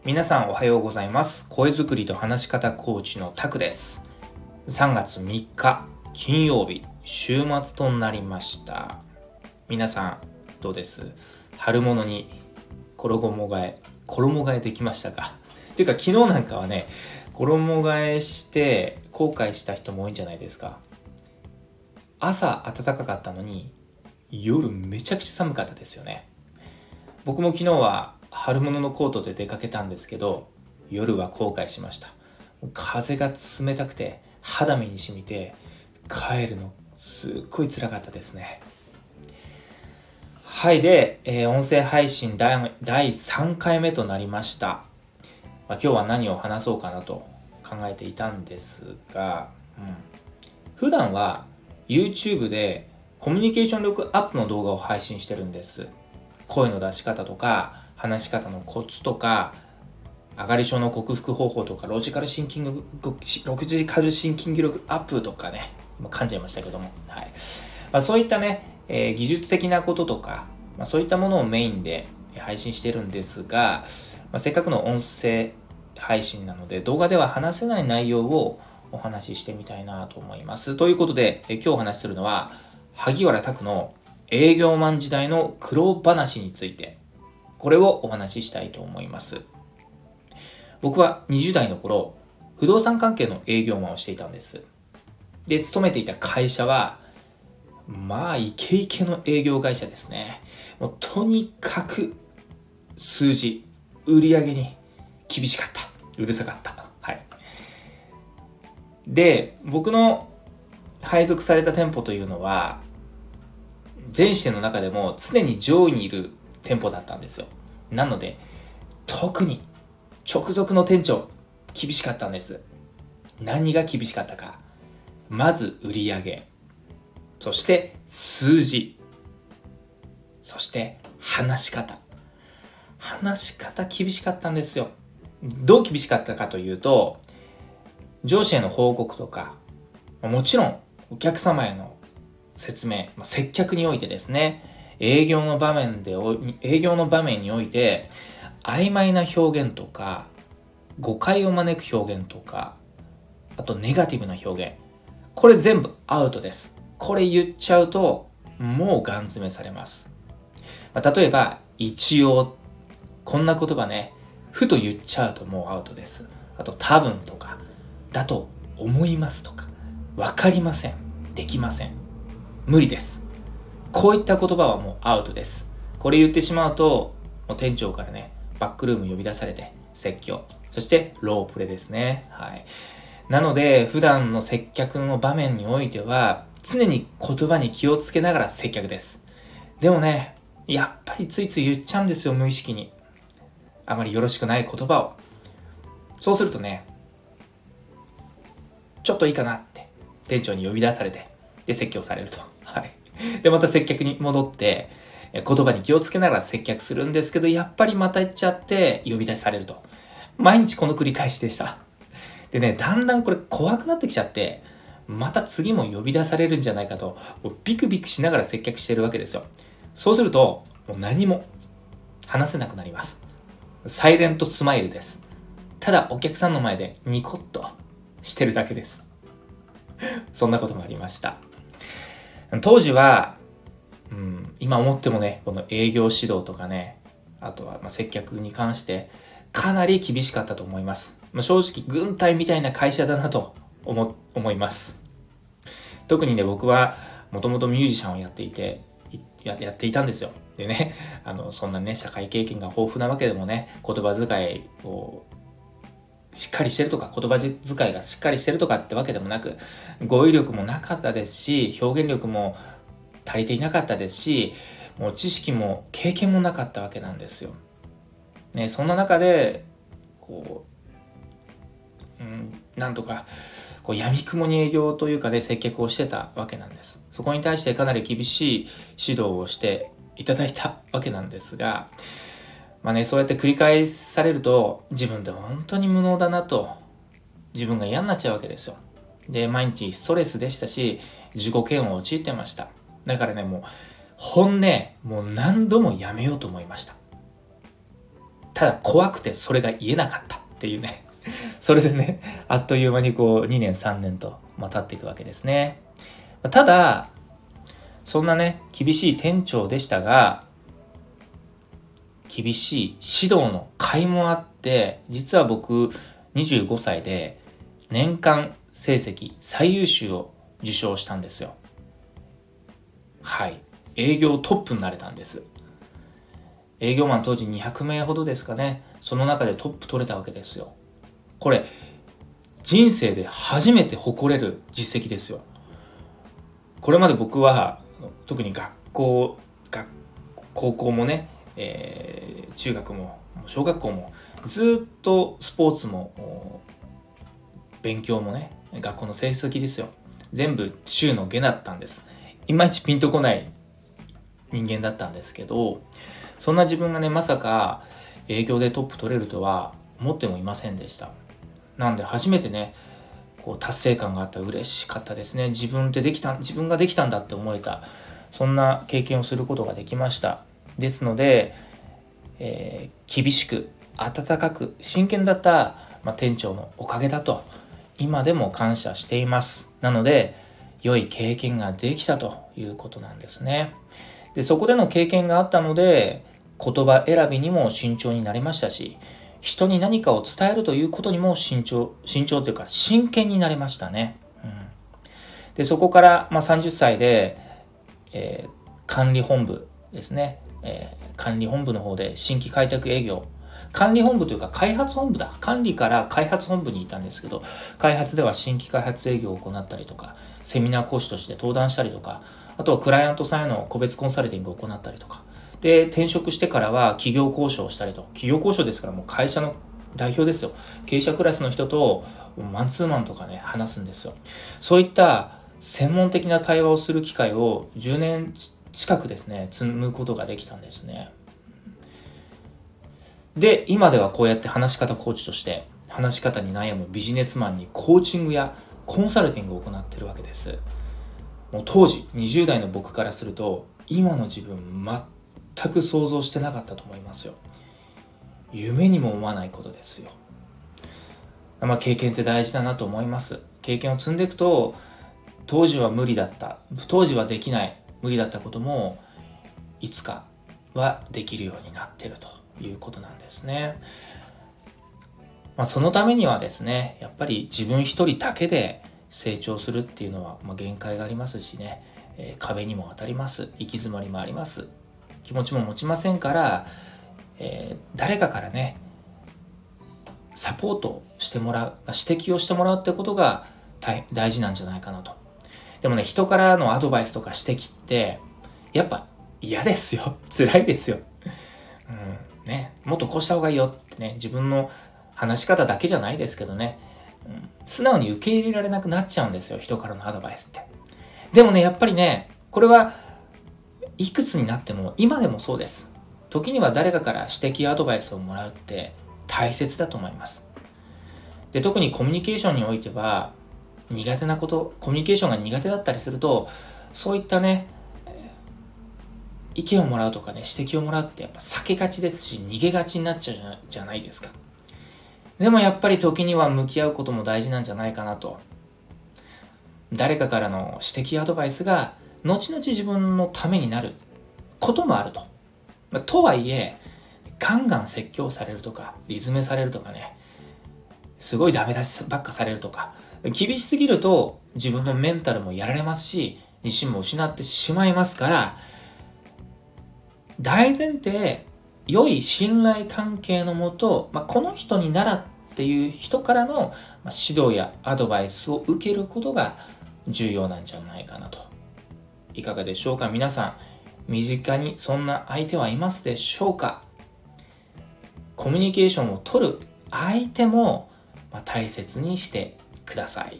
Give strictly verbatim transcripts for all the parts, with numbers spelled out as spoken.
皆さんおはようございます。声作りと話し方コーチのタクです。さんがつみっか金曜日、週末となりました。皆さんどうです？春物に衣替え衣替えできましたか？っていうか昨日なんかはね、衣替えして後悔した人も多いんじゃないですか。朝暖かかったのに夜めちゃくちゃ寒かったですよね。僕も昨日は春物のコートで出かけたんですけど、夜は後悔しました。風が冷たくて肌身に染みて帰るのすっごい辛かったですね。はい。で、えー、音声配信だいさんかいめとなりました。まあ、今日は何を話そうかなと考えていたんですが、うん、普段は YouTube でコミュニケーション力アップの動画を配信してるんです。声の出し方とか話し方のコツとか、上がり症の克服方法とか、ロジカルシンキングロジカルシンキング力アップとかね、もう噛んじゃいましたけども、はい。まあ、そういったね、えー、技術的なこととか、まあ、そういったものをメインで配信してるんですが、まあ、せっかくの音声配信なので動画では話せない内容をお話ししてみたいなと思います。ということで、え今日お話しするのは萩原拓の営業マン時代の苦労話について、これをお話ししたいと思います。僕はにじゅう代の頃、不動産関係の営業マンをしていたんです。で、勤めていた会社はまあイケイケの営業会社ですね。もうとにかく数字、売り上げに厳しかった、うるさかった。はい。で、僕の配属された店舗というのは全支店の中でも常に上位にいる店舗だったんですよ。なので特に直属の店長厳しかったんです。何が厳しかったか。まず売り上げ、そして数字、そして話し方。話し方厳しかったんですよ。どう厳しかったかというと、上司への報告とか、もちろんお客様への説明、接客においてですね、営業の場面で営業の場面において曖昧な表現とか、誤解を招く表現とか、あとネガティブな表現、これ全部アウトです。これ言っちゃうともうガン詰めされます。まあ、例えば一応、こんな言葉ね、ふと言っちゃうともうアウトです。あと多分とか、だと思いますとか、わかりません、できません、無理です、こういった言葉はもうアウトです。これ言ってしまうともう店長からね、バックルーム呼び出されて説教、そしてロープレですね。はい。なので普段の接客の場面においては常に言葉に気をつけながら接客です。でもね、やっぱりついつい言っちゃうんですよ、無意識に。あまりよろしくない言葉を。そうするとね、ちょっといいかなって店長に呼び出されて、で説教されると。はい。でまた接客に戻って言葉に気をつけながら接客するんですけど、やっぱりまた言っちゃって呼び出しされると。毎日この繰り返しでした。でね、だんだんこれ怖くなってきちゃって、また次も呼び出されるんじゃないかとビクビクしながら接客してるわけですよ。そうするともう何も話せなくなります。サイレントスマイルです。ただお客さんの前でニコッとしてるだけです。そんなこともありました。当時は、うん、今思ってもね、この営業指導とかね、あとはまあ接客に関してかなり厳しかったと思います。まあ、正直軍隊みたいな会社だなと 思, 思います。特にね、僕はもともとミュージシャンをやっていてや, やっていたんですよ。でね、あのそんなね社会経験が豊富なわけでもね、言葉遣いをしっかりしてるとか、言葉遣いがしっかりしてるとかってわけでもなく、語彙力もなかったですし、表現力も足りていなかったですし、もう知識も経験もなかったわけなんですよ。ね、そんな中でこう、うん、なんとかこう闇雲に営業というかね、接客をしてたわけなんです。そこに対してかなり厳しい指導をしていただいたわけなんですが、まあね、そうやって繰り返されると自分って本当に無能だなと、自分が嫌になっちゃうわけですよ。で、毎日ストレスでしたし、自己嫌悪を陥ってました。だからね、もう本音もう何度もやめようと思いました。 ただ怖くてそれが言えなかったっていうね。それでね、あっという間にこうにねんさんねんと、まあ、経っていくわけですね。ただ、そんなね、厳しい店長でしたが、厳しい指導の甲斐もあって、実は僕にじゅうごさいで年間成績最優秀を受賞したんですよ。はい。営業トップになれたんです。営業マン当時にひゃくめいほどですかね。その中でトップ取れたわけですよ。これ、人生で初めて誇れる実績ですよ。これまで僕は、特に学校、学高校もね、えー、中学も小学校もずっとスポーツも勉強もね、学校の成績ですよ。全部中の下だったんです。いまいちピンとこない人間だったんですけど、そんな自分がね、まさか営業でトップ取れるとは思ってもいませんでした。なんで初めてね、こう達成感があった、嬉しかったですね。自分ってできた、自分ができたんだって思えた、そんな経験をすることができました。ですので、えー、厳しく温かく真剣だった、まあ、店長のおかげだと今でも感謝しています。なので良い経験ができたということなんですね。で、そこでの経験があったので言葉選びにも慎重になりましたし、人に何かを伝えるということにも慎重慎重というか真剣になりましたね。うん、でそこから、まあ、さんじゅっさいで、えー、管理本部ですね、えー、管理本部の方で新規開拓営業、管理本部というか開発本部だ、管理から開発本部にいたんですけど、開発では新規開発営業を行ったりとか、セミナー講師として登壇したりとか、あとはクライアントさんへの個別コンサルティングを行ったりとかで、転職してからは企業交渉をしたりと、企業交渉ですからもう会社の代表ですよ。経営者クラスの人とマンツーマンとかね、話すんですよ。そういった専門的な対話をする機会をじゅうねん近くですね、積むことができたんですね。で、今ではこうやって話し方コーチとして、話し方に悩むビジネスマンにコーチングやコンサルティングを行っているわけです。もう当時にじゅう代の僕からすると、今の自分全く想像してなかったと思いますよ。夢にも思わないことですよ。まあ、経験って大事だなと思います。経験を積んでいくと、当時は無理だった、当時はできない、無理だったこともいつかはできるようになっているということなんですね。まあ、そのためにはですね、やっぱり自分一人だけで成長するっていうのは、まあ、限界がありますしね、えー、壁にも当たります。行き詰まりもあります。気持ちも持ちませんから、えー、誰かからね、サポートしてもらう、指摘をしてもらうってことが大大事なんじゃないかなと。でもね、人からのアドバイスとか指摘ってやっぱ嫌ですよ。辛いですよ。うん、ね、もっとこうした方がいいよってね、自分の話し方だけじゃないですけどね、うん、素直に受け入れられなくなっちゃうんですよ、人からのアドバイスって。でもね、やっぱりね、これはいくつになっても今でもそうです。時には誰かから指摘アドバイスをもらうって大切だと思います。で、特にコミュニケーションにおいては苦手なこと、コミュニケーションが苦手だったりすると、そういったね、意見をもらうとかね、指摘をもらうってやっぱ避けがちですし、逃げがちになっちゃうじゃないですか。でもやっぱり時には向き合うことも大事なんじゃないかなと。誰かからの指摘アドバイスが後々自分のためになることもあると。とはいえ、ガンガン説教されるとか、リズメされるとかね、すごいダメ出しばっかされるとか、厳しすぎると自分のメンタルもやられますし、自信も失ってしまいますから、大前提、良い信頼関係のもと、まあ、この人にならっていう人からの指導やアドバイスを受けることが重要なんじゃないかなと。いかがでしょうか皆さん、身近にそんな相手はいますでしょうか。コミュニケーションを取る相手も大切にしてください。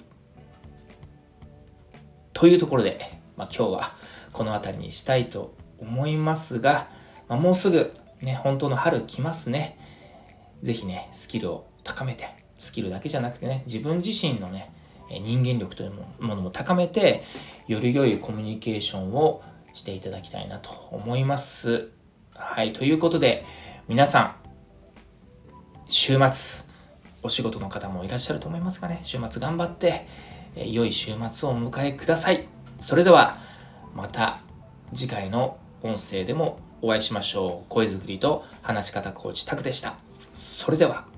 というところで、まあ、今日はこの辺りにしたいと思いますが、まあ、もうすぐね、本当の春来ますね。ぜひね、スキルを高めて、スキルだけじゃなくてね、自分自身のね、人間力というものも高めて、より良いコミュニケーションをしていただきたいなと思います。はい、ということで、皆さん、 週末、お仕事の方もいらっしゃると思いますがね、週末頑張って、えー、良い週末をお迎えください。それでは、また次回の音声でもお会いしましょう。声作りと話し方コーチタクでした。それでは。